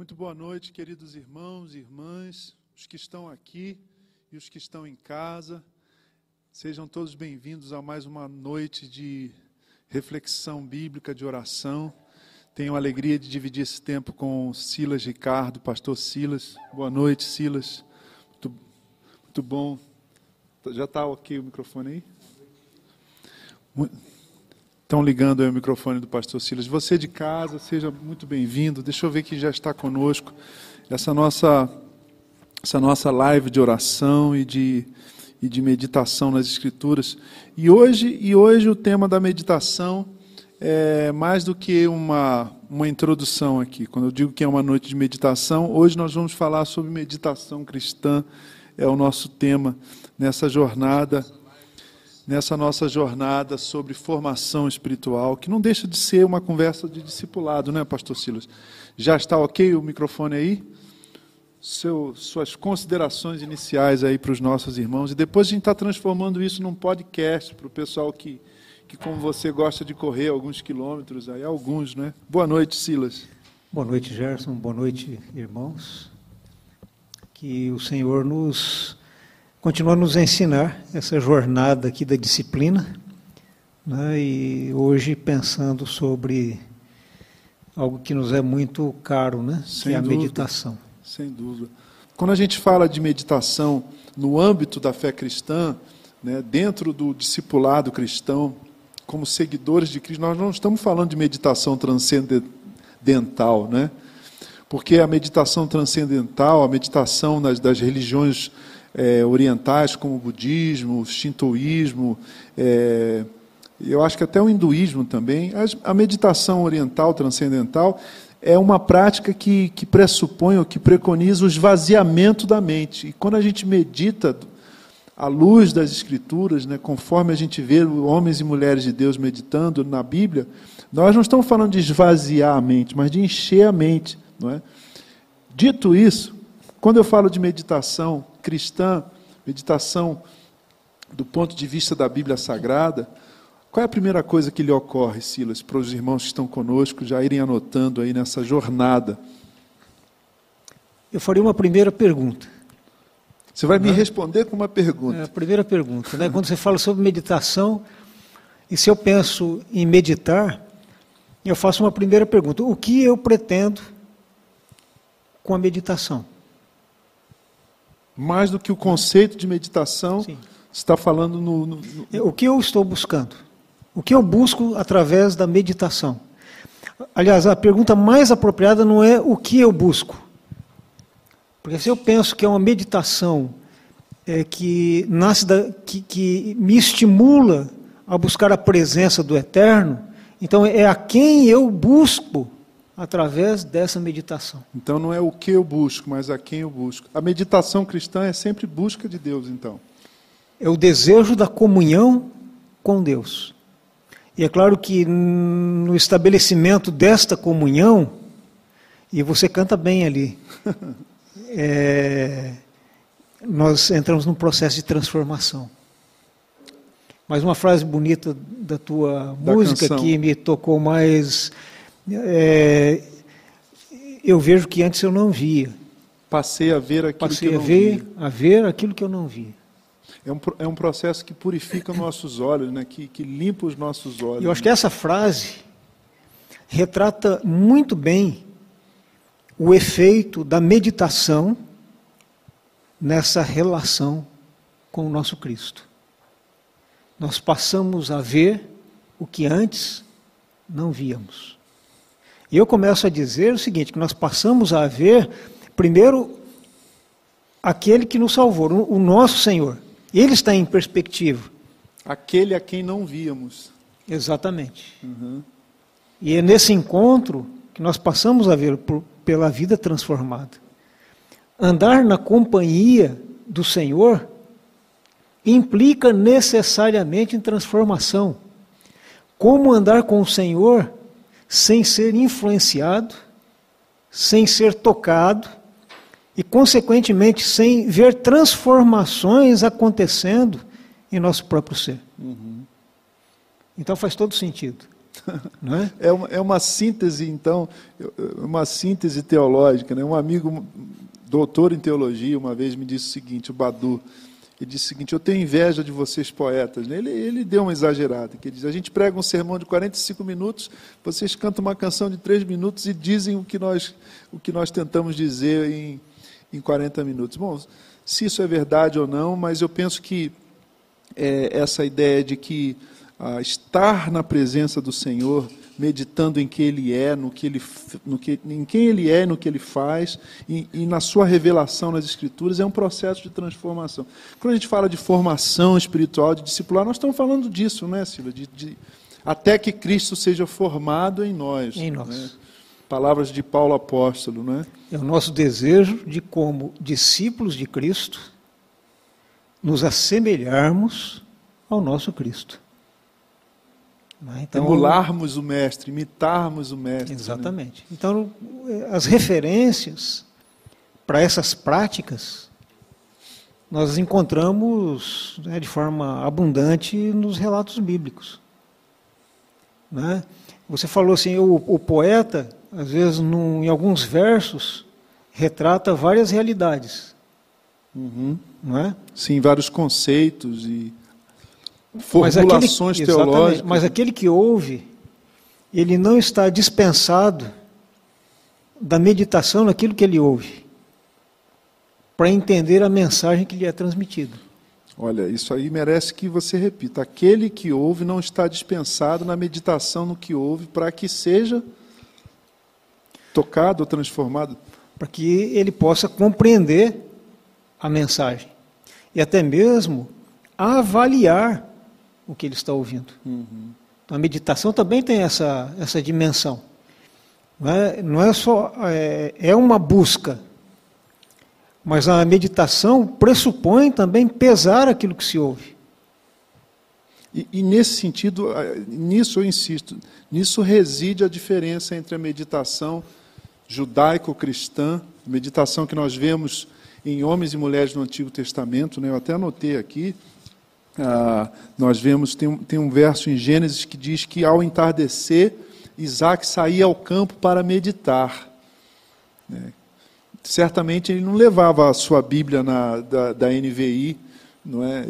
Muito boa noite, queridos irmãos e irmãs, os que estão aqui e os que estão em casa. Sejam todos bem-vindos a mais uma noite de reflexão bíblica, de oração. Tenho a alegria de dividir esse tempo com Silas Ricardo, pastor Silas. Boa noite, Silas. Muito bom. Já está ok o microfone aí? Estão ligando aí o microfone do pastor Silas. Você de casa, seja muito bem-vindo. Deixa eu ver quem já está conosco. Essa nossa live de oração e de meditação nas Escrituras. E hoje o tema da meditação é mais do que uma introdução aqui. Quando eu digo que é uma noite de meditação, hoje nós vamos falar sobre meditação cristã. É o nosso tema nessa nossa jornada sobre formação espiritual, que não deixa de ser uma conversa de discipulado, né, pastor Silas? Já está ok o microfone aí? Suas considerações iniciais aí para os nossos irmãos, e depois a gente está transformando isso num podcast para o pessoal que como você gosta de correr alguns quilômetros, aí alguns, né? Boa noite, Silas. Boa noite, Gerson. Boa noite, irmãos. Que o Senhor continua a nos ensinar essa jornada aqui da disciplina, né? E hoje pensando sobre algo que nos é muito caro, né? Que é a meditação. Sem dúvida. Quando a gente fala de meditação no âmbito da fé cristã, né, dentro do discipulado cristão, como seguidores de Cristo, nós não estamos falando de meditação transcendental, né? Porque a meditação transcendental, a meditação das religiões orientais, como o budismo, o shintoísmo, eu acho que até o hinduísmo também, a meditação oriental, transcendental, é uma prática que pressupõe ou que preconiza o esvaziamento da mente. E quando a gente medita à luz das Escrituras, né, conforme a gente vê homens e mulheres de Deus meditando na Bíblia, nós não estamos falando de esvaziar a mente, mas de encher a mente. Não é? Dito isso, quando eu falo de meditação cristã, meditação do ponto de vista da Bíblia Sagrada, qual é a primeira coisa que lhe ocorre, Silas, para os irmãos que estão conosco já irem anotando aí nessa jornada? Eu faria uma primeira pergunta. Você vai me responder com uma pergunta. A primeira pergunta, né? Quando você fala sobre meditação, e se eu penso em meditar, eu faço uma primeira pergunta. O que eu pretendo com a meditação? Mais do que o conceito de meditação, sim, você está falando O que eu estou buscando? O que eu busco através da meditação? Aliás, a pergunta mais apropriada não é o que eu busco. Porque se eu penso que é uma meditação que nasce que me estimula a buscar a presença do Eterno, então é a quem eu busco através dessa meditação. Então não é o que eu busco, mas a quem eu busco. A meditação cristã é sempre busca de Deus, então. É o desejo da comunhão com Deus. E é claro que no estabelecimento desta comunhão, e você canta bem ali, nós entramos num processo de transformação. Mas uma frase bonita da tua música canção, que me tocou mais, eu vejo que antes eu não via. Passei a ver aquilo que eu não via. Passei a ver aquilo que eu não via. É um processo que purifica nossos olhos, né? que limpa os nossos olhos. Eu acho que essa frase retrata muito bem o efeito da meditação nessa relação com o nosso Cristo. Nós passamos a ver o que antes não víamos. E eu começo a dizer o seguinte, que nós passamos a ver, primeiro, aquele que nos salvou, o nosso Senhor. Ele está em perspectiva. Aquele a quem não víamos. Exatamente. Uhum. E é nesse encontro que nós passamos a ver pela vida transformada. Andar na companhia do Senhor implica necessariamente em transformação. Como andar com o Senhor sem ser influenciado, sem ser tocado, e, consequentemente, sem ver transformações acontecendo em nosso próprio ser. Uhum. Então faz todo sentido. Não é? É uma síntese, então, uma síntese teológica, né? Um amigo, doutor em teologia, uma vez me disse o seguinte, o Badu, ele disse o seguinte: eu tenho inveja de vocês poetas. Ele deu uma exagerada, que ele diz: a gente prega um sermão de 45 minutos, vocês cantam uma canção de 3 minutos e dizem o que nós tentamos dizer em 40 minutos. Bom, se isso é verdade ou não, mas eu penso que essa ideia de que estar na presença do Senhor, meditando em quem Ele é, em quem Ele é, no que Ele faz, e na sua revelação nas Escrituras, é um processo de transformação. Quando a gente fala de formação espiritual, de discipular, nós estamos falando disso, não é, Silvia? Até que Cristo seja formado em nós. Em nós. Né? Palavras de Paulo apóstolo, não é? É o nosso desejo de, como discípulos de Cristo, nos assemelharmos ao nosso Cristo. Então, emularmos o Mestre, imitarmos o Mestre. Exatamente. Né? Então, as referências para essas práticas, nós encontramos, né, de forma abundante nos relatos bíblicos. Né? Você falou assim, o poeta, às vezes, em alguns versos, retrata várias realidades. Uhum. Não é? Sim, vários conceitos e formulações teológicas. Mas aquele que ouve, ele não está dispensado da meditação naquilo que ele ouve, para entender a mensagem que lhe é transmitida. Olha, isso aí merece que você repita. Aquele que ouve não está dispensado na meditação no que ouve, para que seja tocado ou transformado. Para que ele possa compreender a mensagem. E até mesmo avaliar o que ele está ouvindo. Uhum. Então, a meditação também tem essa dimensão. Não é só... É uma busca. Mas a meditação pressupõe também pesar aquilo que se ouve. E nesse sentido, nisso eu insisto, nisso reside a diferença entre a meditação judaico-cristã, meditação que nós vemos em homens e mulheres no Antigo Testamento, né? Eu até anotei aqui, nós vemos, tem um verso em Gênesis que diz que ao entardecer, Isaac saía ao campo para meditar. Né? Certamente ele não levava a sua Bíblia da NVI, não é?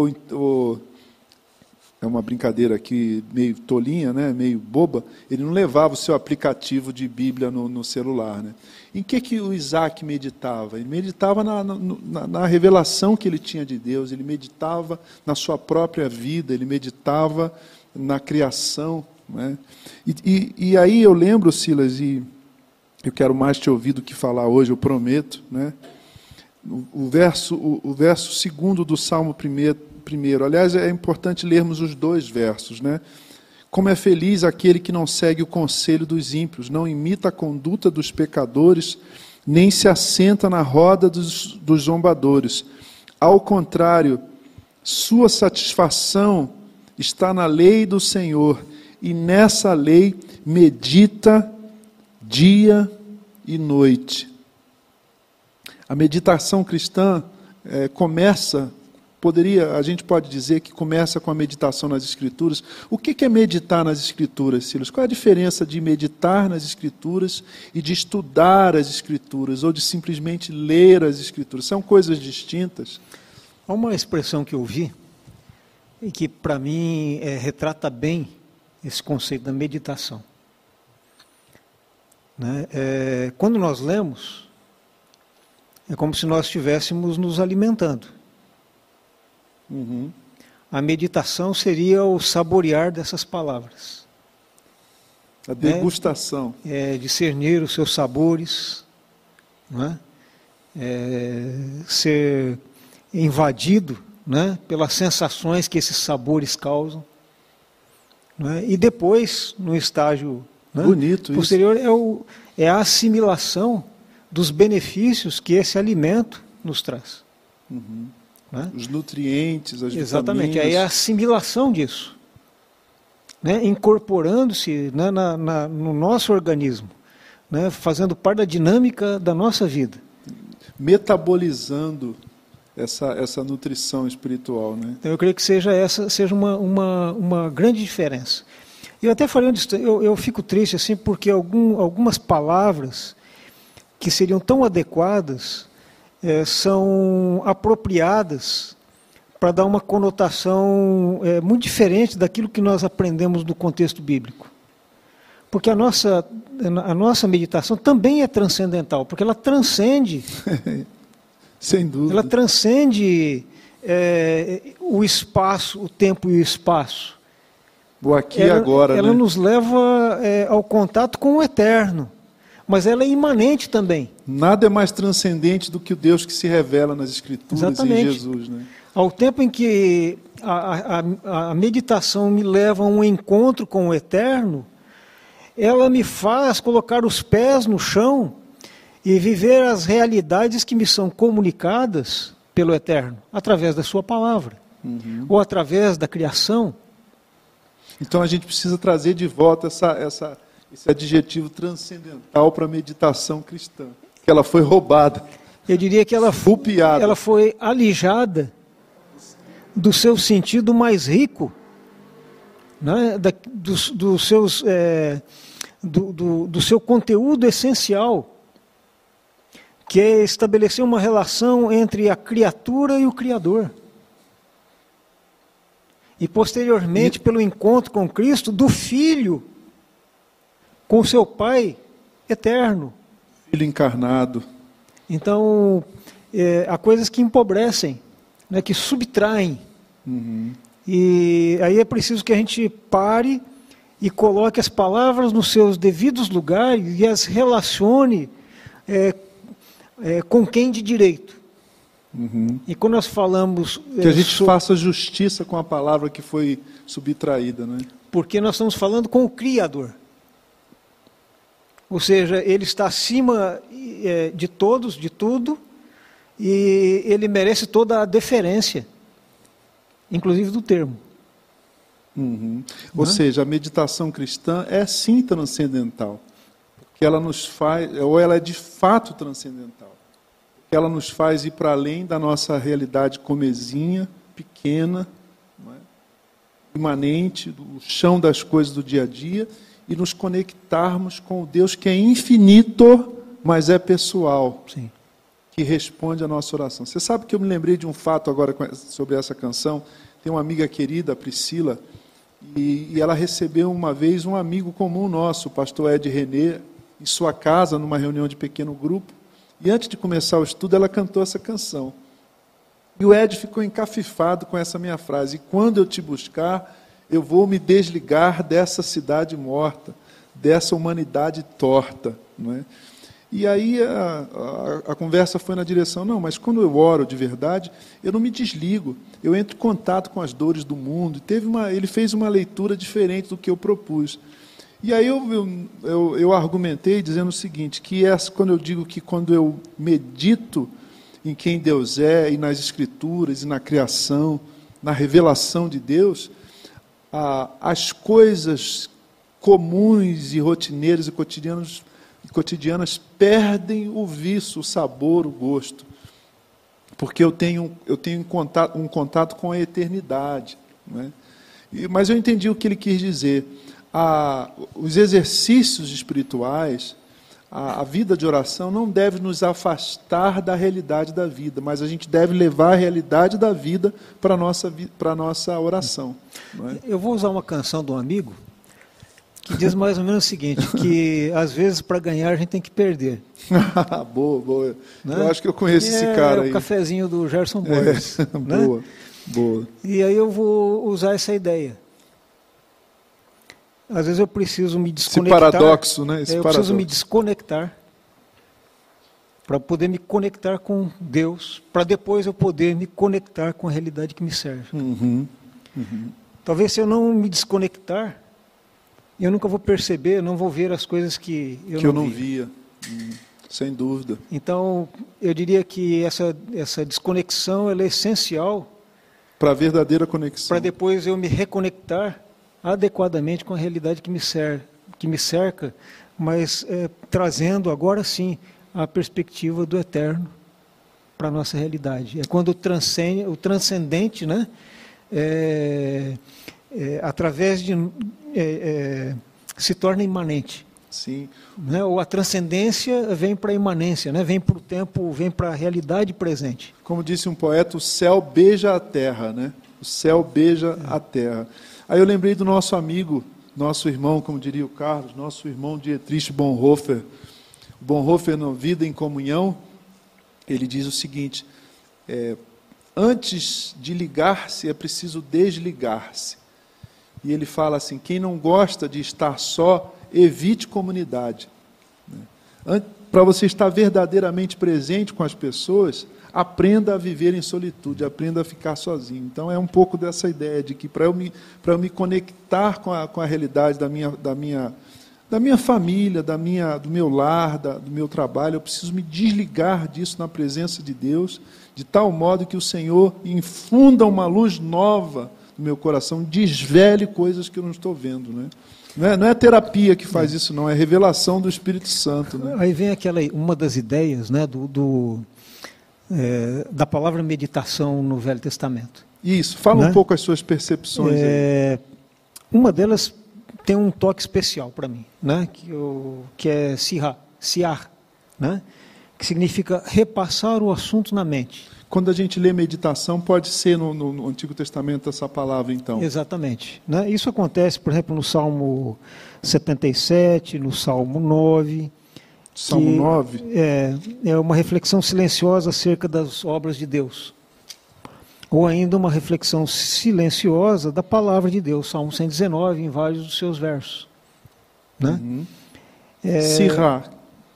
É uma brincadeira aqui meio tolinha, né? Meio boba. Ele não levava o seu aplicativo de Bíblia no celular. Né? Em que o Isaac meditava? Ele meditava na revelação que ele tinha de Deus, ele meditava na sua própria vida, ele meditava na criação. Né? E aí eu lembro, Silas, e eu quero mais te ouvir do que falar hoje, eu prometo, né? O verso 2 do Salmo 1. Aliás, é importante lermos os 2 versos, né? Como é feliz aquele que não segue o conselho dos ímpios, não imita a conduta dos pecadores, nem se assenta na roda dos zombadores. Ao contrário, sua satisfação está na lei do Senhor, e nessa lei medita dia e noite. A meditação cristã a gente pode dizer que começa com a meditação nas Escrituras. O que é meditar nas Escrituras, Silas? Qual é a diferença de meditar nas Escrituras e de estudar as Escrituras, ou de simplesmente ler as Escrituras? São coisas distintas? Há uma expressão que eu vi, e que para mim retrata bem esse conceito da meditação. Né? Quando nós lemos, é como se nós estivéssemos nos alimentando. Uhum. A meditação seria o saborear dessas palavras. A degustação. Discernir os seus sabores, não é? Ser invadido, né, pelas sensações que esses sabores causam. Não é? E depois, no estágio, né, bonito posterior, é a assimilação dos benefícios que esse alimento nos traz. Uhum. Né? Os nutrientes, as Exatamente, vitaminas. aí é a assimilação disso, né? Incorporando-se, né, no nosso organismo, né, fazendo parte da dinâmica da nossa vida. Metabolizando essa nutrição espiritual. Né? Então eu creio que seja uma grande diferença. Eu até falei, eu fico triste assim, porque algumas palavras que seriam tão adequadas são apropriadas para dar uma conotação muito diferente daquilo que nós aprendemos no contexto bíblico. Porque a nossa meditação também é transcendental, porque ela transcende, sem dúvida, ela transcende o espaço, o tempo e o espaço. O aqui e agora, ela né? nos leva ao contato com o eterno, mas ela é imanente também. Nada é mais transcendente do que o Deus que se revela nas Escrituras. Exatamente. Em Jesus, né? Ao tempo em que a meditação me leva a um encontro com o eterno, ela me faz colocar os pés no chão e viver as realidades que me são comunicadas pelo eterno, através da sua palavra, ou através da criação. Então a gente precisa trazer de volta esse adjetivo transcendental para a meditação cristã, que ela foi roubada. Eu diria que ela foi alijada do seu sentido mais rico, né, do seu conteúdo essencial, que é estabelecer uma relação entre a criatura e o Criador. E posteriormente, pelo encontro com Cristo, do Filho com seu Pai eterno. Filho encarnado. Então, há coisas que empobrecem, né, que subtraem. E aí é preciso que a gente pare e coloque as palavras nos seus devidos lugares e as relacione com quem de direito. E quando nós falamos... que a gente faça justiça com a palavra que foi subtraída, né? Porque nós estamos falando com o Criador. Ou seja, Ele está acima de todos, de tudo, e Ele merece toda a deferência, inclusive do termo. Ou seja, a meditação cristã é sim transcendental, porque ela nos faz, ou ela é de fato transcendental, porque ela nos faz ir para além da nossa realidade comezinha, pequena, não é? Imanente, do chão das coisas do dia a dia, e nos conectarmos com o Deus que é infinito, mas é pessoal. Sim. Que responde à nossa oração. Você sabe que eu me lembrei de um fato agora sobre essa canção. Tem uma amiga querida, a Priscila, e ela recebeu uma vez um amigo comum nosso, o pastor Ed René, em sua casa, numa reunião de pequeno grupo, e antes de começar o estudo, ela cantou essa canção. E o Ed ficou encafifado com essa minha frase: "E quando eu te buscar, eu vou me desligar dessa cidade morta, dessa humanidade torta." Não é? E aí a conversa foi na direção, não, mas quando eu oro de verdade, eu não me desligo, eu entro em contato com as dores do mundo. Ele fez uma leitura diferente do que eu propus. E aí eu argumentei dizendo o seguinte, que quando eu digo que quando eu medito em quem Deus é, e nas Escrituras, e na criação, na revelação de Deus, as coisas comuns e rotineiras e cotidianas perdem o vício, o sabor, o gosto, porque eu tenho um contato com a eternidade, não é? Mas eu entendi o que ele quis dizer. Os exercícios espirituais, a vida de oração não deve nos afastar da realidade da vida, mas a gente deve levar a realidade da vida para a nossa oração, não é? Eu vou usar uma canção de um amigo que diz mais ou menos o seguinte, que às vezes para ganhar a gente tem que perder. Boa. Né? Eu acho que eu conheço esse cara aí. É o cafezinho do Gerson Borges. Né? Boa. E aí eu vou usar essa ideia. Às vezes eu preciso me desconectar. Esse paradoxo, né? Eu preciso me desconectar para poder me conectar com Deus, para depois eu poder me conectar com a realidade que me serve. Talvez se eu não me desconectar, eu nunca vou perceber, não vou ver as coisas que eu não via. Sem dúvida. Então, eu diria que essa desconexão ela é essencial para a verdadeira conexão. Para depois eu me reconectar adequadamente com a realidade que me cerca, mas trazendo agora sim a perspectiva do eterno para a nossa realidade. É quando o transcendente, né, através de se torna imanente. Sim. Né? Ou a transcendência vem para a imanência, né? Vem para o tempo, vem para a realidade presente. Como disse um poeta, o céu beija a terra, né? O céu beija a terra. Aí eu lembrei do nosso amigo, nosso irmão, como diria o Carlos, nosso irmão Dietrich Bonhoeffer. Bonhoeffer, no Vida em Comunhão, ele diz o seguinte: antes de ligar-se é preciso desligar-se. E ele fala assim: quem não gosta de estar só, evite comunidade. Para você estar verdadeiramente presente com as pessoas, aprenda a viver em solitude, aprenda a ficar sozinho. Então é um pouco dessa ideia de que para eu me conectar com a realidade da minha família, do meu lar, do meu trabalho, eu preciso me desligar disso na presença de Deus, de tal modo que o Senhor infunda uma luz nova no meu coração, desvele coisas que eu não estou vendo, né? Não é a terapia que faz isso, não, é a revelação do Espírito Santo. Né? Aí vem uma das ideias, né, da palavra meditação no Velho Testamento. Isso, fala um pouco as suas percepções. Uma delas tem um toque especial para mim, né, que é siar, né, que significa repassar o assunto na mente. Quando a gente lê meditação, pode ser no Antigo Testamento essa palavra, então. Exatamente. Né? Isso acontece, por exemplo, no Salmo 77, no Salmo 9. Salmo 9? É uma reflexão silenciosa acerca das obras de Deus. Ou ainda uma reflexão silenciosa da palavra de Deus, Salmo 119, em vários dos seus versos. Né? Uhum. Siar,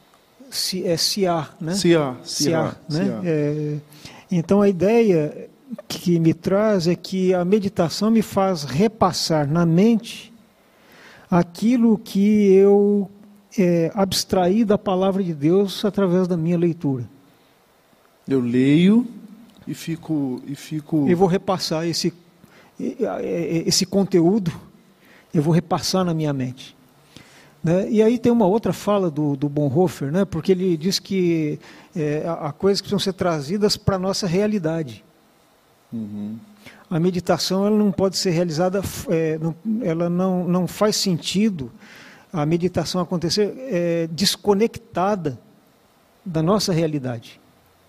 né? Siar, né? Então a ideia que me traz é que a meditação me faz repassar na mente aquilo que eu abstraí da palavra de Deus através da minha leitura. Eu leio e fico... Eu vou repassar esse conteúdo, eu vou repassar na minha mente. Né? E aí tem uma outra fala do Bonhoeffer, né? Porque ele diz que há coisas que precisam ser trazidas para a nossa realidade. Uhum. A meditação ela não pode ser realizada, ela não faz sentido a meditação acontecer desconectada da nossa realidade.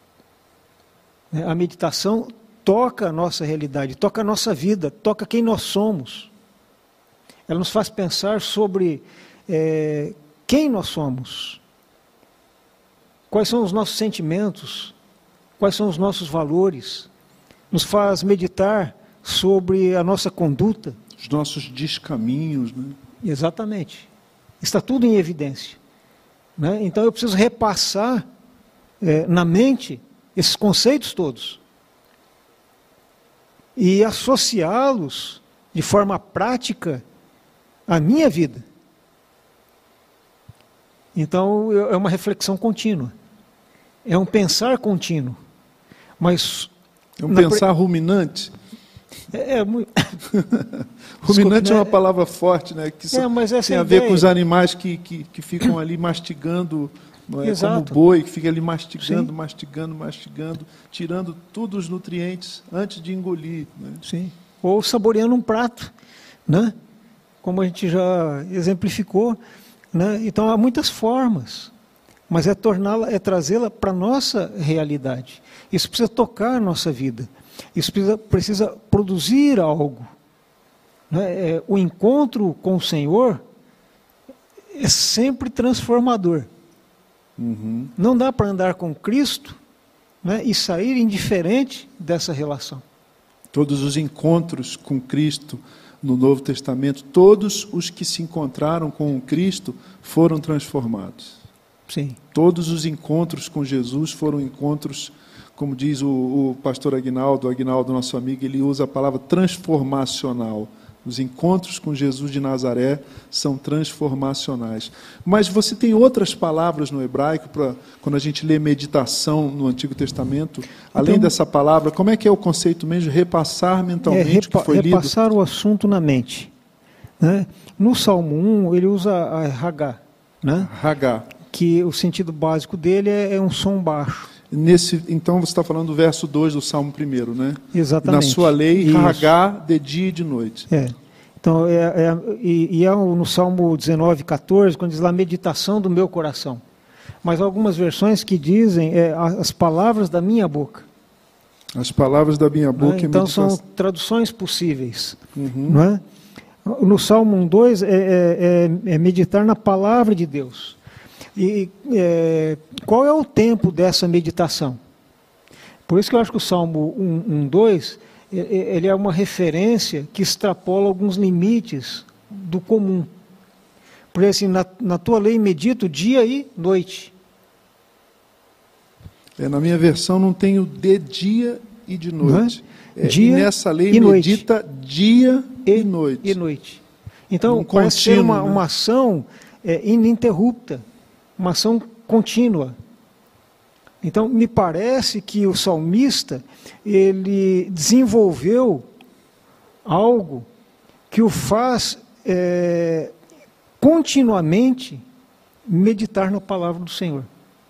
A meditação toca a nossa realidade, toca a nossa vida, toca quem nós somos. Ela nos faz pensar sobre quem nós somos, quais são os nossos sentimentos, quais são os nossos valores, nos faz meditar sobre a nossa conduta. Os nossos descaminhos, né? Exatamente. Está tudo em evidência. Né? Então eu preciso repassar na mente esses conceitos todos e associá-los de forma prática à minha vida. Então, é uma reflexão contínua. É um pensar contínuo. Mas... É um pensar ruminante? Ruminante é uma palavra forte, né? Que mas essa tem a ver com os animais que ficam ali mastigando, não é? Como o boi, que fica ali mastigando, mastigando, tirando todos os nutrientes antes de engolir. Né? Sim. Ou saboreando um prato, né? Como a gente já exemplificou. Né? Então há muitas formas, mas é trazê-la para a nossa realidade. Isso precisa tocar a nossa vida. Isso precisa produzir algo. Né? O encontro com o Senhor é sempre transformador. Uhum. Não dá para andar com Cristo, né, e sair indiferente dessa relação. Todos os encontros com Cristo no Novo Testamento, todos os que se encontraram com o Cristo foram transformados. Sim. Todos os encontros com Jesus foram encontros, como diz o pastor Aguinaldo, nosso amigo, ele usa a palavra transformacional. Os encontros com Jesus de Nazaré são transformacionais. Mas você tem outras palavras no hebraico, quando a gente lê meditação no Antigo Testamento, além dessa palavra, como é que é o conceito mesmo? Repassar mentalmente o que foi lido? Repassar o assunto na mente. Né? No Salmo 1, ele usa a Hagá. Né? Hagá. Que o sentido básico dele é um som baixo. Então você está falando do verso 2 do Salmo 1, né? Exatamente. Na sua lei, Hagá, de dia e de noite. Então, no Salmo 19, 14, quando diz lá, meditação do meu coração. Mas há algumas versões que dizem as palavras da minha boca. As palavras da minha boca. Então, são traduções possíveis. Não é? No Salmo 1:2 é meditar na palavra de Deus. E qual é o tempo dessa meditação? Por isso que eu acho que o Salmo 1:2 ele é uma referência que extrapola alguns limites do comum. Porque assim, na tua lei medito dia e noite. Na minha versão não tem o de dia e de noite. Dia e nessa lei e medita noite. Dia e noite. E noite. Então, parece ser uma ação ininterrupta, uma ação contínua. Então, me parece que o salmista, ele desenvolveu algo que o faz continuamente meditar na palavra do Senhor.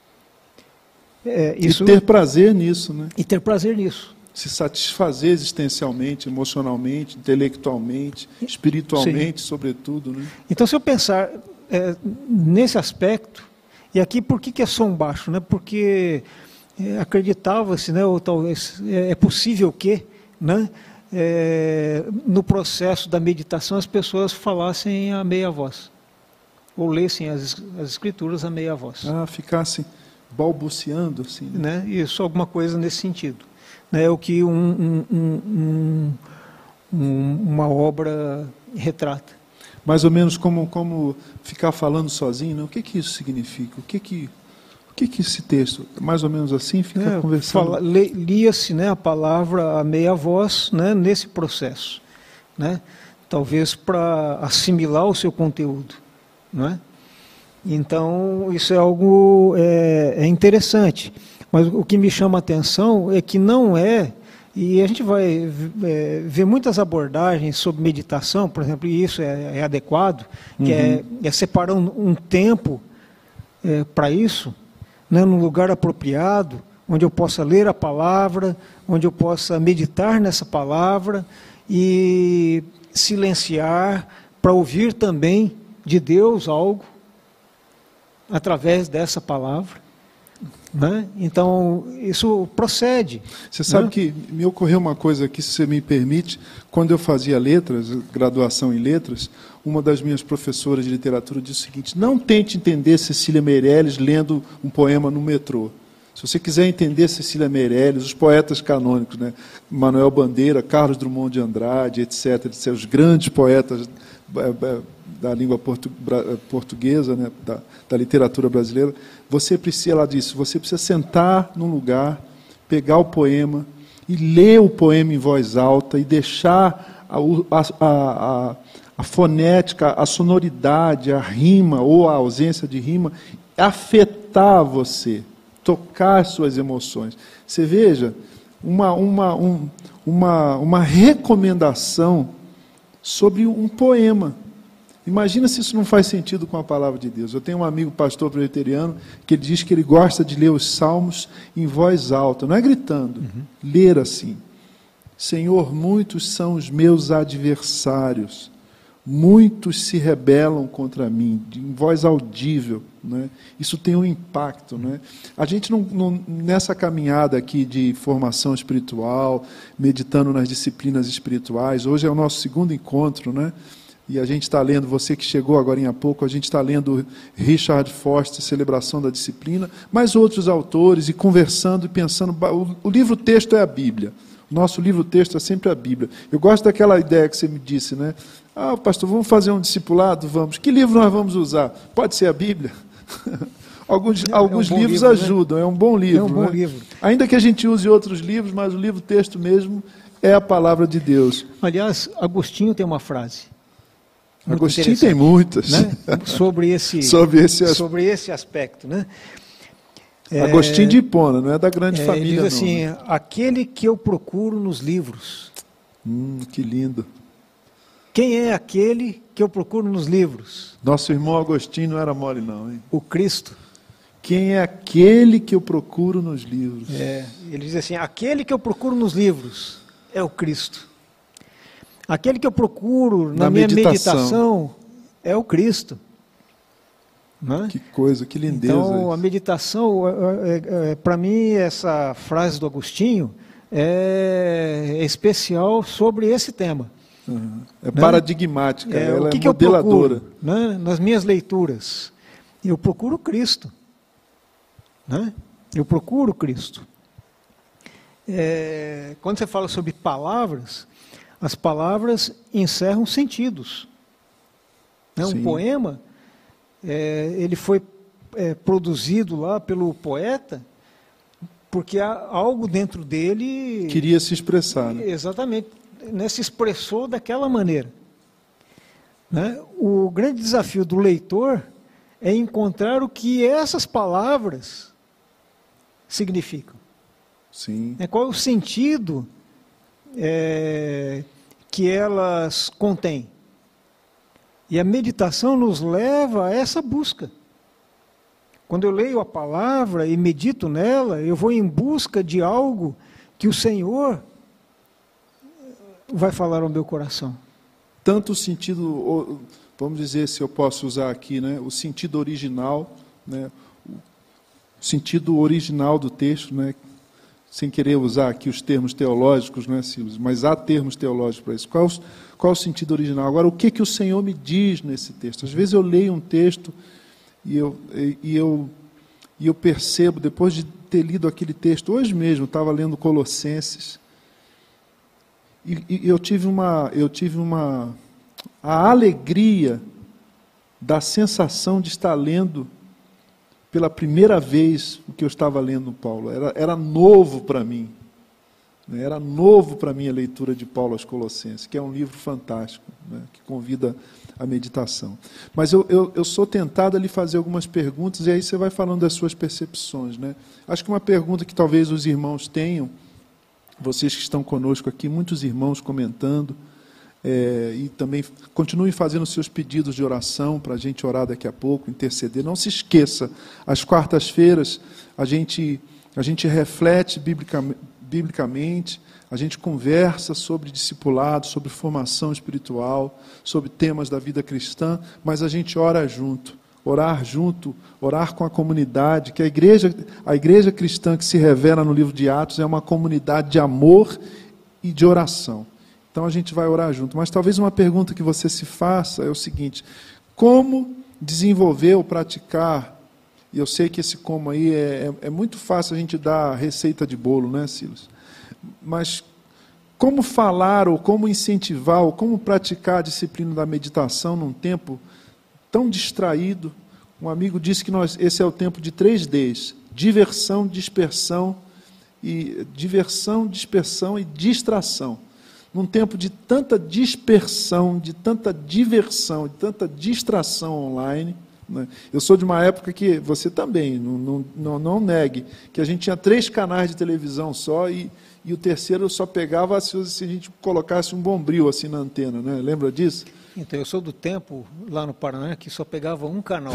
E ter prazer nisso, né? E ter prazer nisso. Se satisfazer existencialmente, emocionalmente, intelectualmente, espiritualmente, sobretudo, né? Então, se eu pensar nesse aspecto, e aqui por que é som baixo? Né? Porque acreditava-se, né, ou talvez é possível que, né, no processo da meditação as pessoas falassem a meia voz, ou lessem as escrituras a meia voz. Ficassem balbuciando, assim. Né? Isso, alguma coisa nesse sentido. É o que uma obra retrata. Mais ou menos como ficar falando sozinho, né? O que isso significa? O que esse texto, mais ou menos assim, fica conversando? Lia-se, né, a palavra a meia voz, né, nesse processo, né? Talvez para assimilar o seu conteúdo, não é? Então, isso é algo interessante. Mas o que me chama a atenção é que não e a gente vai ver muitas abordagens sobre meditação, por exemplo, e isso é adequado, que é separar um tempo para isso, né, num lugar apropriado, onde eu possa ler a palavra, onde eu possa meditar nessa palavra e silenciar para ouvir também de Deus algo através dessa palavra. Né? Então, isso procede. Você sabe que me ocorreu uma coisa aqui, se você me permite, quando eu fazia letras, graduação em letras, uma das minhas professoras de literatura disse o seguinte: não tente entender Cecília Meirelles lendo um poema no metrô. Se você quiser entender Cecília Meirelles, os poetas canônicos, né? Manuel Bandeira, Carlos Drummond de Andrade, etc., os grandes poetas da língua portuguesa, né? da literatura brasileira, ela disse, você precisa sentar num lugar, pegar o poema e ler o poema em voz alta e deixar a fonética, a sonoridade, a rima ou a ausência de rima afetar você, tocar as suas emoções. Você veja, uma recomendação sobre um poema. Imagina se isso não faz sentido com a palavra de Deus. Eu tenho um amigo pastor presbiteriano que ele diz que ele gosta de ler os salmos em voz alta, não é gritando, ler assim. Senhor, muitos são os meus adversários, muitos se rebelam contra mim, em voz audível, né? Isso tem um impacto, né? A gente nessa caminhada aqui de formação espiritual, meditando nas disciplinas espirituais, hoje é o nosso segundo encontro, né? E a gente está lendo, você que chegou agora há pouco, a gente está lendo Richard Foster, Celebração da Disciplina, mas outros autores, e conversando e pensando. O livro-texto é a Bíblia. O nosso livro-texto é sempre a Bíblia. Eu gosto daquela ideia que você me disse, né? Pastor, vamos fazer um discipulado? Vamos. Que livro nós vamos usar? Pode ser a Bíblia? Alguns livros livro, ajudam, né? É um bom livro. É um bom livro. Ainda que a gente use outros livros, mas o livro-texto mesmo é a palavra de Deus. Aliás, Agostinho tem uma frase. Agostinho tem muitas, né? sobre esse aspecto, né? Agostinho de Hipona, não é da grande família, ele diz assim, não, né? Aquele que eu procuro nos livros. Que lindo. Quem é aquele que eu procuro nos livros? Nosso irmão Agostinho não era mole, não, hein? O Cristo. Quem é aquele que eu procuro nos livros? Ele diz assim, aquele que eu procuro nos livros é o Cristo. Aquele que eu procuro na minha meditação é o Cristo. Não é? Que coisa, que lindeza. Então, a meditação, para mim, essa frase do Agostinho é especial sobre esse tema. Uhum. É paradigmática, ela é que modeladora. Eu procuro, né? Nas minhas leituras, eu procuro Cristo. Né? Eu procuro Cristo. Quando você fala sobre palavras, as palavras encerram sentidos. Né? Um poema, ele foi produzido lá pelo poeta porque há algo dentro dele... Queria se expressar. Né? Exatamente. Né? Se expressou daquela maneira. Né? O grande desafio do leitor é encontrar o que essas palavras significam. Sim. Qual é o sentido que elas contêm? E a meditação nos leva a essa busca. Quando eu leio a palavra e medito nela, eu vou em busca de algo que o Senhor vai falar ao meu coração. Tanto o sentido, vamos dizer, se eu posso usar aqui, né, o sentido original, né, o sentido original do texto, né, sem querer usar aqui os termos teológicos, né, Silas, mas há termos teológicos para isso. Qual o sentido original? Agora, o que o Senhor me diz nesse texto? Às vezes eu leio um texto e eu percebo, depois de ter lido aquele texto, hoje mesmo, estava lendo Colossenses, e eu tive a alegria da sensação de estar lendo pela primeira vez o que eu estava lendo, Paulo. Era novo para mim. Né? Era novo para mim a leitura de Paulo aos Colossenses, que é um livro fantástico, né? Que convida à meditação. Mas eu sou tentado a lhe fazer algumas perguntas, e aí você vai falando das suas percepções. Né? Acho que uma pergunta que talvez os irmãos tenham, vocês que estão conosco aqui, muitos irmãos comentando, e também continuem fazendo seus pedidos de oração para a gente orar daqui a pouco, interceder. Não se esqueça, às quartas-feiras a gente reflete biblicamente, a gente conversa sobre discipulado, sobre formação espiritual, sobre temas da vida cristã, mas a gente ora junto. Orar junto, orar com a comunidade, que a igreja cristã que se revela no livro de Atos é uma comunidade de amor e de oração. Então a gente vai orar junto. Mas talvez uma pergunta que você se faça é o seguinte: como desenvolver ou praticar? E eu sei que esse como aí é muito fácil a gente dar receita de bolo, né, Silas? Mas como falar, ou como incentivar, ou como praticar a disciplina da meditação num tempo tão distraído? Um amigo disse que esse é o tempo de 3 Ds: diversão, dispersão e distração. Num tempo de tanta dispersão, de tanta diversão, de tanta distração online, né? Eu sou de uma época que, você também, não negue, que a gente tinha 3 canais de televisão só, e o terceiro só pegava se a gente colocasse um bombril assim na antena, né? Lembra disso? Então, eu sou do tempo, lá no Paraná, que só pegava um canal.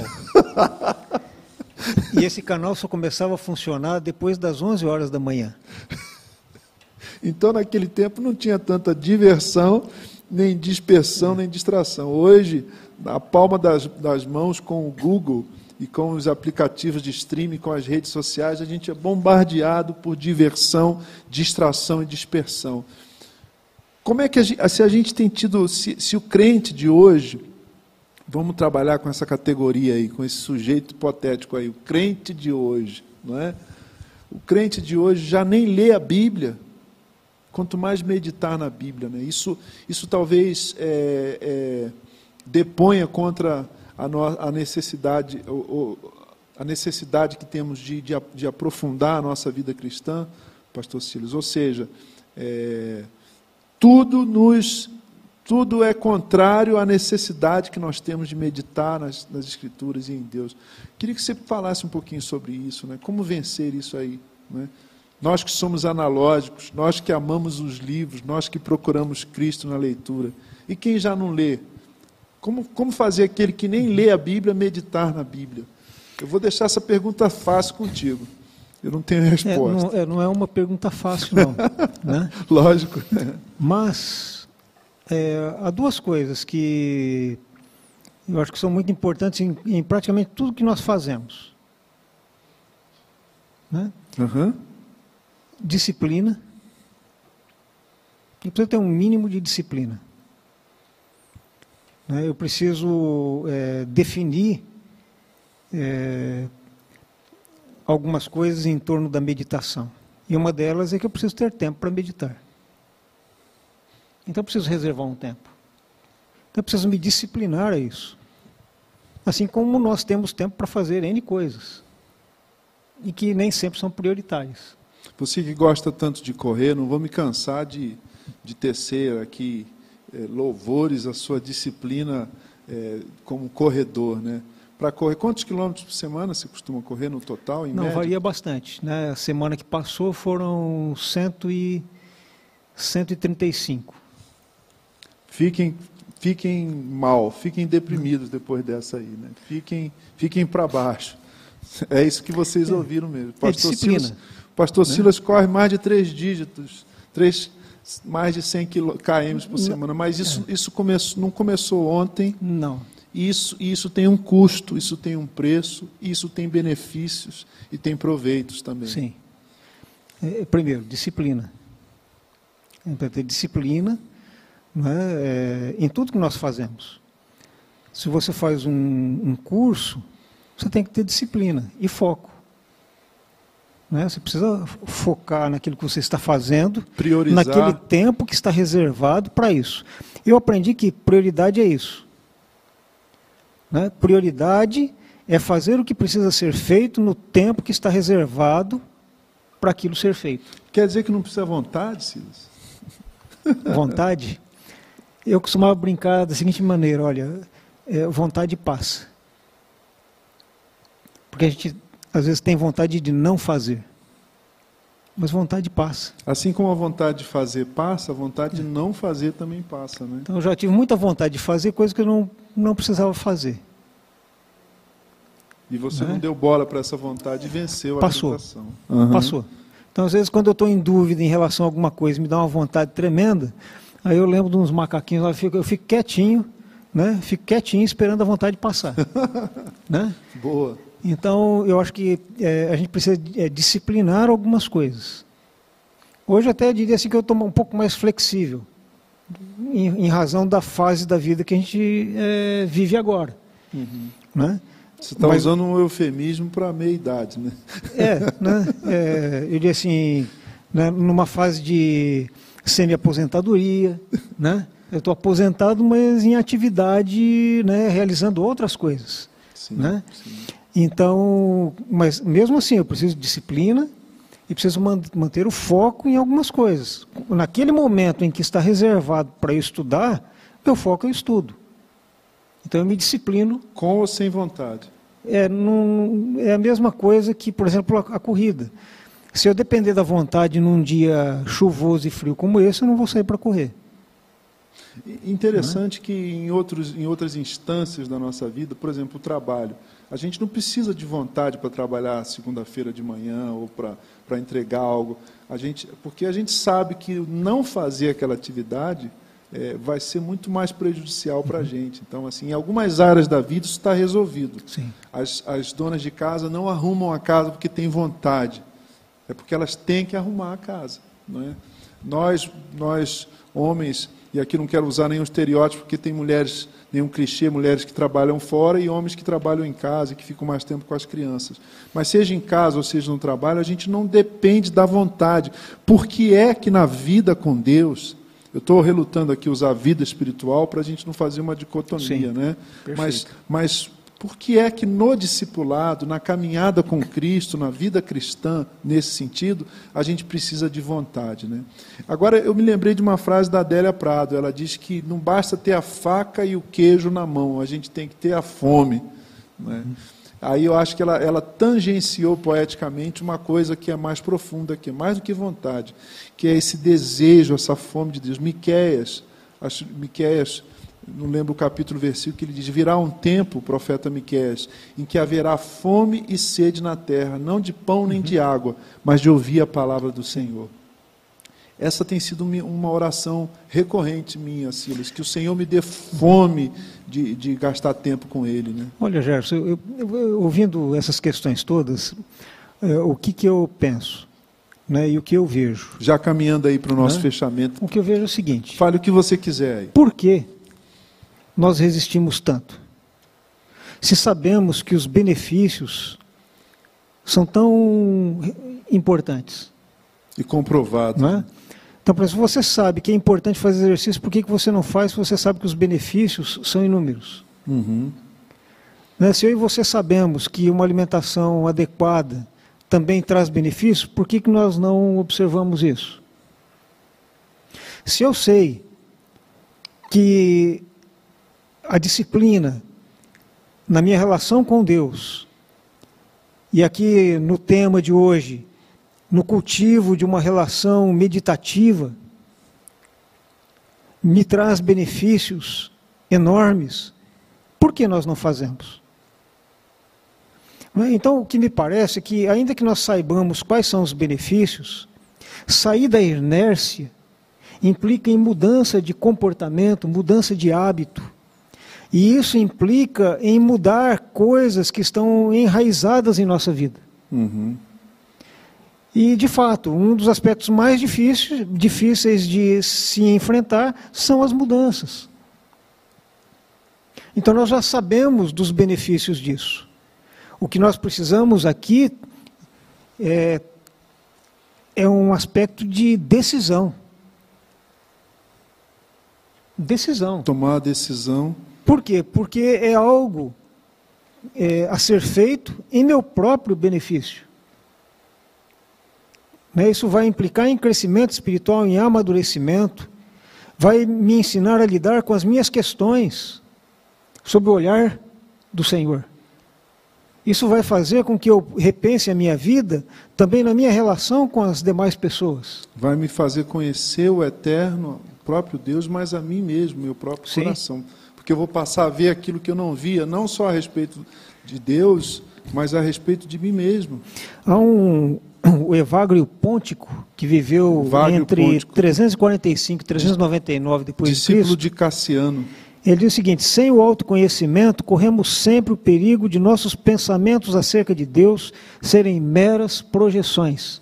E esse canal só começava a funcionar depois das 11 horas da manhã. Então, naquele tempo, não tinha tanta diversão, nem dispersão, nem distração. Hoje, na palma das mãos, com o Google e com os aplicativos de streaming, com as redes sociais, a gente é bombardeado por diversão, distração e dispersão. Como é que se a gente tem tido, se o crente de hoje, vamos trabalhar com essa categoria aí, com esse sujeito hipotético aí, o crente de hoje, não é? O crente de hoje já nem lê a Bíblia, quanto mais meditar na Bíblia, né? Isso talvez deponha contra a necessidade que temos de aprofundar a nossa vida cristã, pastor Silas. Ou seja, tudo é contrário à necessidade que nós temos de meditar nas Escrituras e em Deus. Queria que você falasse um pouquinho sobre isso, né? Como vencer isso aí, né? Nós que somos analógicos, nós que amamos os livros, nós que procuramos Cristo na leitura. E quem já não lê? Como fazer aquele que nem lê a Bíblia meditar na Bíblia? Eu vou deixar essa pergunta fácil contigo. Eu não tenho resposta. Não é uma pergunta fácil, não. Né? Lógico. Mas Há duas coisas que eu acho que são muito importantes em praticamente tudo que nós fazemos. Né? Disciplina. Eu preciso ter um mínimo de disciplina. Né? Eu preciso definir algumas coisas em torno da meditação. E uma delas é que eu preciso ter tempo para meditar. Então eu preciso reservar um tempo. Então eu preciso me disciplinar a isso. Assim como nós temos tempo para fazer N coisas. E que nem sempre são prioritárias. Você que gosta tanto de correr, não vou me cansar de tecer aqui louvores à sua disciplina como corredor, né? Para correr, quantos quilômetros por semana você costuma correr no total, em média? Não, varia bastante. Né? A semana que passou foram 135. Fiquem mal, fiquem deprimidos depois dessa aí, né? Fiquem para baixo. É isso que vocês ouviram mesmo. Pastor Silas corre mais de 3 dígitos, mais de 100 km por semana, mas isso não começou ontem. Não. Isso tem um custo, isso tem um preço, isso tem benefícios e tem proveitos também. Sim. Primeiro, disciplina. Para ter disciplina, né, em tudo que nós fazemos. Se você faz um curso, você tem que ter disciplina e foco. Né? Você precisa focar naquilo que você está fazendo, priorizar, naquele tempo que está reservado para isso. Eu aprendi que prioridade é isso. Né? Prioridade é fazer o que precisa ser feito no tempo que está reservado para aquilo ser feito. Quer dizer que não precisa vontade, Silas? Vontade? Eu costumava brincar da seguinte maneira, olha, vontade passa. Porque a gente, às vezes, tem vontade de não fazer. Mas vontade passa. Assim como a vontade de fazer passa, a vontade de não fazer também passa, né? Então eu já tive muita vontade de fazer coisas que eu não precisava fazer. E você não deu bola para essa vontade e venceu a tentação. Passou. Então, às vezes, quando eu estou em dúvida em relação a alguma coisa, me dá uma vontade tremenda, aí eu lembro de uns macaquinhos lá, eu fico quietinho, né? Fico quietinho esperando a vontade passar. Né? Boa. Então, eu acho que a gente precisa disciplinar algumas coisas. Hoje, até eu diria assim que eu estou um pouco mais flexível, em razão da fase da vida que a gente vive agora. Né? Você está usando um eufemismo para a meia-idade, né? Eu diria assim, né, numa fase de semi-aposentadoria, né? Eu estou aposentado, mas em atividade, né, realizando outras coisas. Sim, né? Sim. Então, mas mesmo assim, eu preciso de disciplina e preciso manter o foco em algumas coisas. Naquele momento em que está reservado para eu estudar, meu foco é o estudo. Então eu me disciplino. Com ou sem vontade? É a mesma coisa que, por exemplo, a corrida. Se eu depender da vontade num dia chuvoso e frio como esse, eu não vou sair para correr. Interessante que em outras instâncias da nossa vida, por exemplo, o trabalho, a gente não precisa de vontade para trabalhar segunda-feira de manhã ou para entregar algo, porque a gente sabe que não fazer aquela atividade vai ser muito mais prejudicial para a gente. Então, assim, em algumas áreas da vida isso está resolvido. Sim. As donas de casa não arrumam a casa porque têm vontade, é porque elas têm que arrumar a casa. Não é? Nós, homens, e aqui não quero usar nenhum estereótipo, porque tem mulheres, nenhum clichê, mulheres que trabalham fora e homens que trabalham em casa e que ficam mais tempo com as crianças. Mas seja em casa ou seja no trabalho, a gente não depende da vontade. Por que é que na vida com Deus, eu estou relutando aqui usar a vida espiritual para a gente não fazer uma dicotomia, Sim, né? Perfeito. Mas por que é que no discipulado, na caminhada com Cristo, na vida cristã, nesse sentido, a gente precisa de vontade, né? Agora, eu me lembrei de uma frase da Adélia Prado, ela diz que não basta ter a faca e o queijo na mão, a gente tem que ter a fome, né? Aí eu acho que ela tangenciou poeticamente uma coisa que é mais profunda, que é mais do que vontade, que é esse desejo, essa fome de Deus. Miqueias, não lembro o capítulo, o versículo, que ele diz: virá um tempo, o profeta Miqueias, em que haverá fome e sede na terra, não de pão nem de água, mas de ouvir a palavra do Senhor. essa tem sido uma oração recorrente minha, Silas, que o Senhor me dê fome de gastar tempo com Ele, né? Olha, Gerson, eu ouvindo essas questões todas, o que eu penso, né, e o que eu vejo. Já caminhando aí para o nosso fechamento. O que eu vejo é o seguinte. Fale o que você quiser aí. Por que nós resistimos tanto? Se sabemos que os benefícios são tão importantes. E comprovado. Não é? Então, por exemplo, você sabe que é importante fazer exercício, por que você não faz se você sabe que os benefícios são inúmeros? Uhum. Né? Se eu e você sabemos que uma alimentação adequada também traz benefícios, por que nós não observamos isso? Se eu sei que a disciplina na minha relação com Deus, e aqui no tema de hoje, no cultivo de uma relação meditativa, me traz benefícios enormes, por que nós não fazemos? Então, o que me parece é que, ainda que nós saibamos quais são os benefícios, sair da inércia implica em mudança de comportamento, mudança de hábito. E isso implica em mudar coisas que estão enraizadas em nossa vida. Uhum. E, de fato, um dos aspectos mais difíceis de se enfrentar são as mudanças. Então, nós já sabemos dos benefícios disso. O que nós precisamos aqui é um aspecto de decisão. Decisão. Tomar a decisão. Por quê? Porque é algo a ser feito em meu próprio benefício. Isso vai implicar em crescimento espiritual, em amadurecimento, vai me ensinar a lidar com as minhas questões, sob o olhar do Senhor. Isso vai fazer com que eu repense a minha vida, também na minha relação com as demais pessoas. Vai me fazer conhecer o eterno, o próprio Deus, mas a mim mesmo, meu próprio coração. Porque eu vou passar a ver aquilo que eu não via, não só a respeito de Deus, mas a respeito de mim mesmo. Há o Evagrio Pontico, que viveu entre 345 e 399 depois de Cristo. Discípulo de Cassiano. Ele diz o seguinte: sem o autoconhecimento, corremos sempre o perigo de nossos pensamentos acerca de Deus serem meras projeções.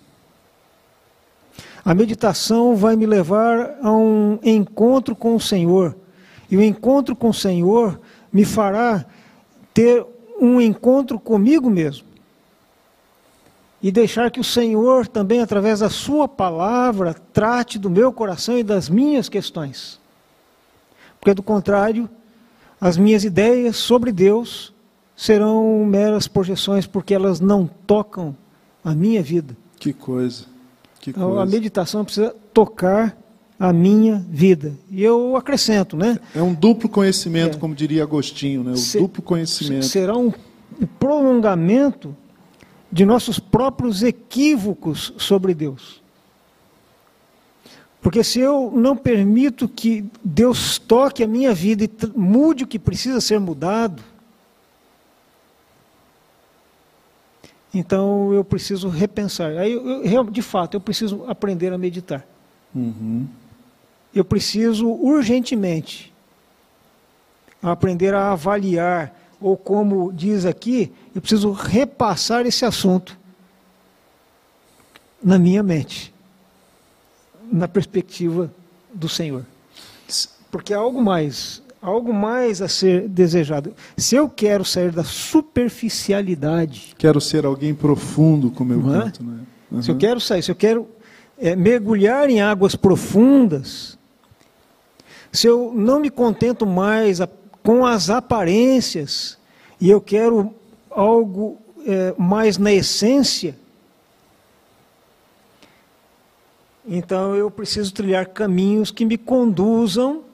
A meditação vai me levar a um encontro com o Senhor, e o encontro com o Senhor me fará ter um encontro comigo mesmo. E deixar que o Senhor também, através da sua palavra, trate do meu coração e das minhas questões. Porque, do contrário, as minhas ideias sobre Deus serão meras projeções, porque elas não tocam a minha vida. Que coisa, que então, coisa. A meditação precisa tocar a minha vida. E eu acrescento, né? É um duplo conhecimento, como diria Agostinho, né? O duplo conhecimento. Será um prolongamento de nossos próprios equívocos sobre Deus. Porque se eu não permito que Deus toque a minha vida e mude o que precisa ser mudado, então eu preciso repensar. Aí, de fato, eu preciso aprender a meditar. Uhum. Eu preciso urgentemente aprender a avaliar, ou como diz aqui, eu preciso repassar esse assunto na minha mente, na perspectiva do Senhor. Porque há algo mais a ser desejado. Se eu quero sair da superficialidade... Quero ser alguém profundo, como eu canto, né? Uhum. Se eu quero sair, se eu quero mergulhar em águas profundas, se eu não me contento mais com as aparências, e eu quero algo mais na essência, então eu preciso trilhar caminhos que me conduzam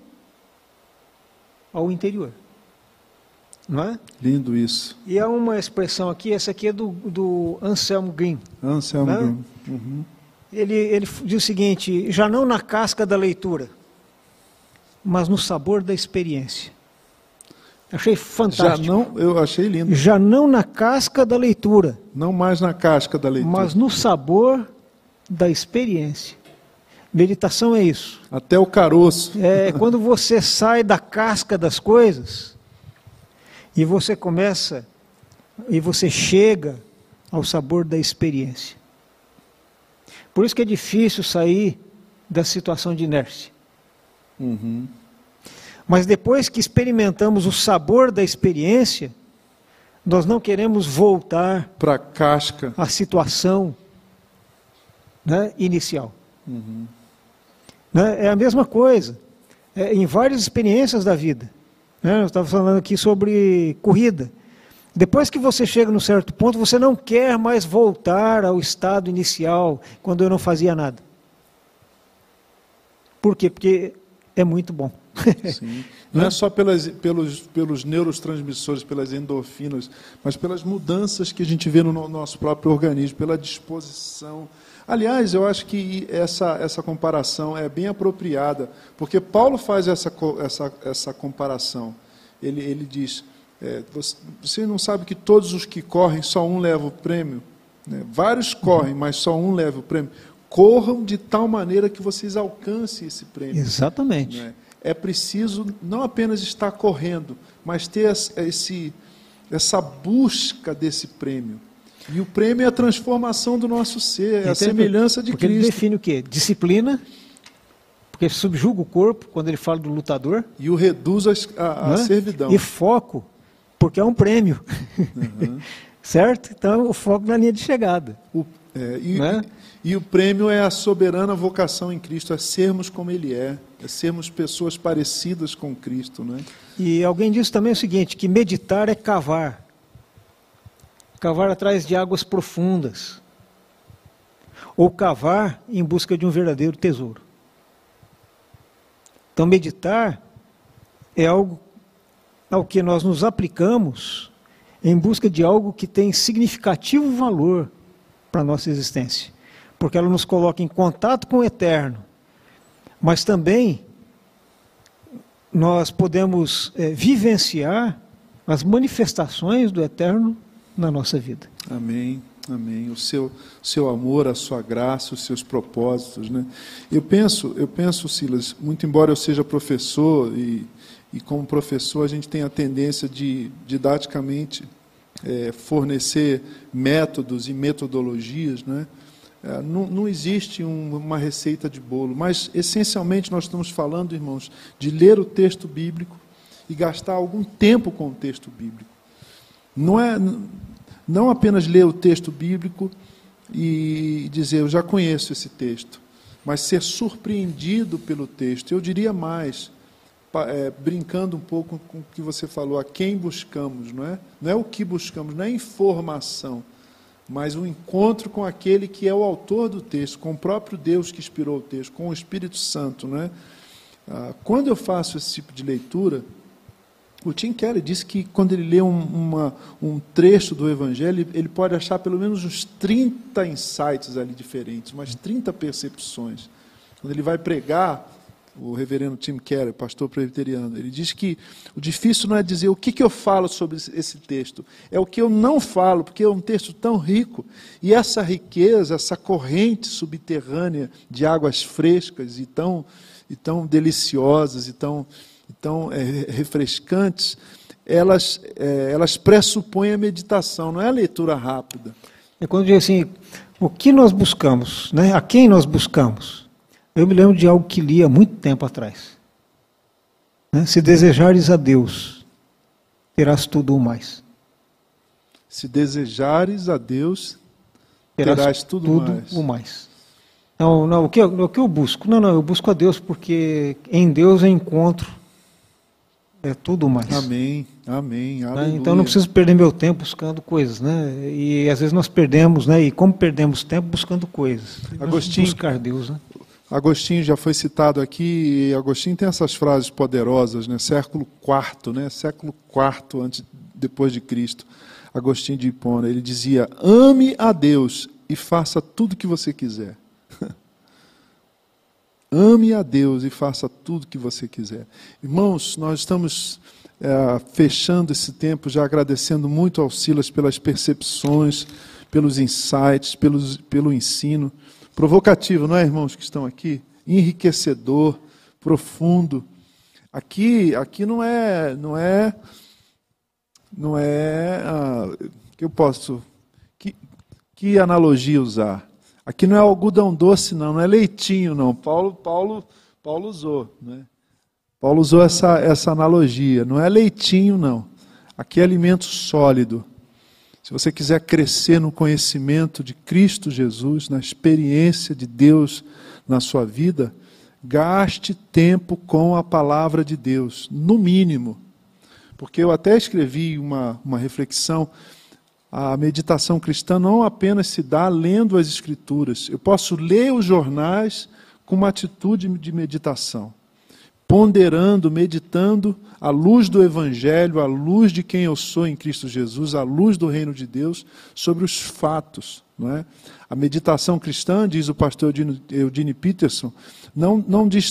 ao interior. Não é? Lindo isso. E há uma expressão aqui, essa aqui é do Anselmo Green. Anselmo Green. Uhum. Ele diz o seguinte: já não na casca da leitura, mas no sabor da experiência. Achei fantástico. Eu achei lindo. Já não na casca da leitura. Não mais na casca da leitura. Mas no sabor da experiência. Meditação é isso. Até o caroço. É quando você sai da casca das coisas e você começa, e você chega ao sabor da experiência. Por isso que é difícil sair da situação de inércia. Uhum. Mas depois que experimentamos o sabor da experiência, nós não queremos voltar para a casca, à situação, né, inicial. Uhum. Né? É a mesma coisa, em várias experiências da vida. Né? Eu estava falando aqui sobre corrida. Depois que você chega num certo ponto, você não quer mais voltar ao estado inicial, quando eu não fazia nada. Por quê? Porque é muito bom. Sim. Não é só pelos neurotransmissores, pelas endorfinas, mas pelas mudanças que a gente vê no nosso próprio organismo, pela disposição. Aliás, eu acho que essa comparação é bem apropriada, porque Paulo faz essa comparação. Ele diz, você não sabe que todos os que correm, só um leva o prêmio? Né? Vários correm, mas só um leva o prêmio. Corram de tal maneira que vocês alcancem esse prêmio. Exatamente. Né? É preciso não apenas estar correndo, mas ter essa busca desse prêmio. E o prêmio é a transformação do nosso ser, é a semelhança de Cristo. Porque ele define o quê? Disciplina, porque subjuga o corpo, quando ele fala do lutador. E o reduz à servidão. E foco, porque é um prêmio. Uhum. Certo? Então, o foco na linha de chegada. E o prêmio é a soberana vocação em Cristo, é sermos como Ele é sermos pessoas parecidas com Cristo. Né? E alguém disse também o seguinte, que meditar é cavar. Cavar atrás de águas profundas. Ou cavar em busca de um verdadeiro tesouro. Então, meditar é algo ao que nós nos aplicamos em busca de algo que tem significativo valor para a nossa existência. Porque ela nos coloca em contato com o eterno, mas também nós podemos vivenciar as manifestações do eterno na nossa vida. Amém, amém. O seu amor, a sua graça, os seus propósitos. Né? Eu penso, Silas, muito embora eu seja professor e como professor a gente tem a tendência de didaticamente fornecer métodos e metodologias, né? Não existe uma receita de bolo, mas essencialmente nós estamos falando, irmãos, de ler o texto bíblico e gastar algum tempo com o texto bíblico. Não apenas ler o texto bíblico e dizer, eu já conheço esse texto, mas ser surpreendido pelo texto. Eu diria mais, brincando um pouco com o que você falou, a quem buscamos, não é? Não é o que buscamos, não é informação, mas o encontro com aquele que é o autor do texto, com o próprio Deus que inspirou o texto, com o Espírito Santo. Não é? Quando eu faço esse tipo de leitura, o Tim Keller disse que quando ele lê um trecho do Evangelho, ele pode achar pelo menos uns 30 insights ali diferentes, umas 30 percepções. Quando ele vai pregar, o reverendo Tim Keller, pastor presbiteriano, ele diz que o difícil não é dizer o que eu falo sobre esse texto, é o que eu não falo, porque é um texto tão rico, e essa riqueza, essa corrente subterrânea de águas frescas e tão deliciosas e tão refrescantes, elas pressupõem a meditação, não é a leitura rápida. É quando diz assim, o que nós buscamos, né? A quem nós buscamos? Eu me lembro de algo que li há muito tempo atrás. Né? Se desejares a Deus, terás tudo o mais. Se desejares a Deus, terás tudo mais. O mais. Não, o que eu busco? Não, eu busco a Deus porque em Deus eu encontro tudo mais. Amém, amém, aleluia. Então não preciso perder meu tempo buscando coisas, né? E às vezes nós perdemos, né? E como perdemos tempo buscando coisas? Agostinho, buscar Deus, né? Agostinho já foi citado aqui, e Agostinho tem essas frases poderosas, né? Século IV, né? Século IV depois de Cristo. Agostinho de Hipona, ele dizia: ame a Deus e faça tudo o que você quiser. Ame a Deus e faça tudo o que você quiser. Irmãos, nós estamos fechando esse tempo, já agradecendo muito ao Silas pelas percepções, pelos insights, pelo ensino. Provocativo, não é, irmãos que estão aqui? enriquecedor, profundo. Aqui que analogia usar? Aqui não é algodão doce, não é leitinho, não. Paulo usou, né? Paulo usou essa analogia. Não é leitinho, não. Aqui é alimento sólido. Se você quiser crescer no conhecimento de Cristo Jesus, na experiência de Deus na sua vida, gaste tempo com a palavra de Deus, no mínimo. Porque eu até escrevi uma reflexão, a meditação cristã não apenas se dá lendo as Escrituras. Eu posso ler os jornais com uma atitude de meditação, ponderando, meditando à luz do Evangelho, à luz de quem eu sou em Cristo Jesus, à luz do reino de Deus, sobre os fatos. Não é? A meditação cristã, diz o pastor Eugene Peterson, não diz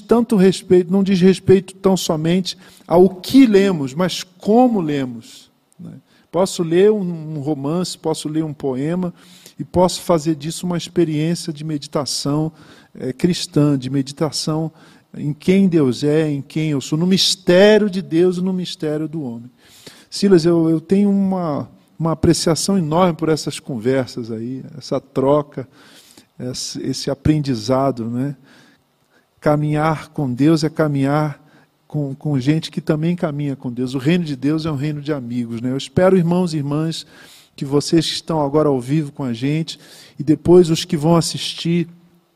respeito tão somente ao que lemos, mas como lemos. Não é? Posso ler um romance, posso ler um poema e posso fazer disso uma experiência de meditação cristã, de meditação em quem Deus é, em quem eu sou, no mistério de Deus e no mistério do homem. Silas, eu tenho uma apreciação enorme por essas conversas aí, essa troca, esse aprendizado, né? Caminhar com Deus é caminhar com gente que também caminha com Deus. O reino de Deus é um reino de amigos, né? Eu espero, irmãos e irmãs, que vocês que estão agora ao vivo com a gente, e depois os que vão assistir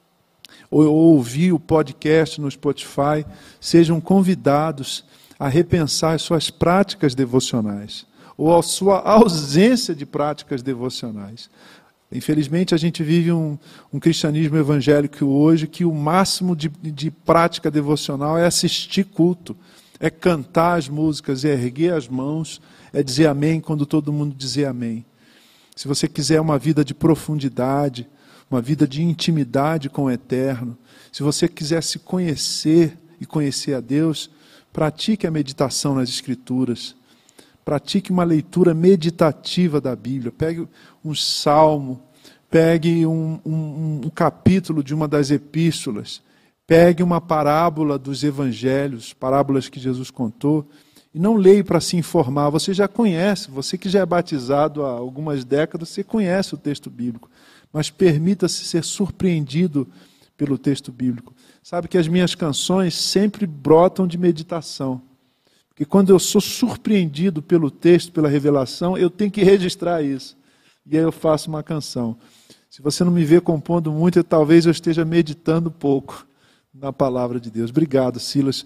ou ouvir o podcast no Spotify, sejam convidados a repensar as suas práticas devocionais, ou a sua ausência de práticas devocionais. Infelizmente, a gente vive um cristianismo evangélico hoje que o máximo de prática devocional é assistir culto, é cantar as músicas, é erguer as mãos, é dizer amém quando todo mundo dizer amém. Se você quiser uma vida de profundidade, uma vida de intimidade com o Eterno, se você quiser se conhecer e conhecer a Deus, pratique a meditação nas Escrituras. Pratique uma leitura meditativa da Bíblia. Pegue um salmo, pegue um capítulo de uma das epístolas, pegue uma parábola dos evangelhos, parábolas que Jesus contou, e não leia para se informar. Você já conhece, você que já é batizado há algumas décadas, você conhece o texto bíblico, mas permita-se ser surpreendido pelo texto bíblico. Sabe que as minhas canções sempre brotam de meditação. Porque quando eu sou surpreendido pelo texto, pela revelação, eu tenho que registrar isso. E aí eu faço uma canção. Se você não me vê compondo muito, talvez eu esteja meditando pouco na palavra de Deus. Obrigado, Silas.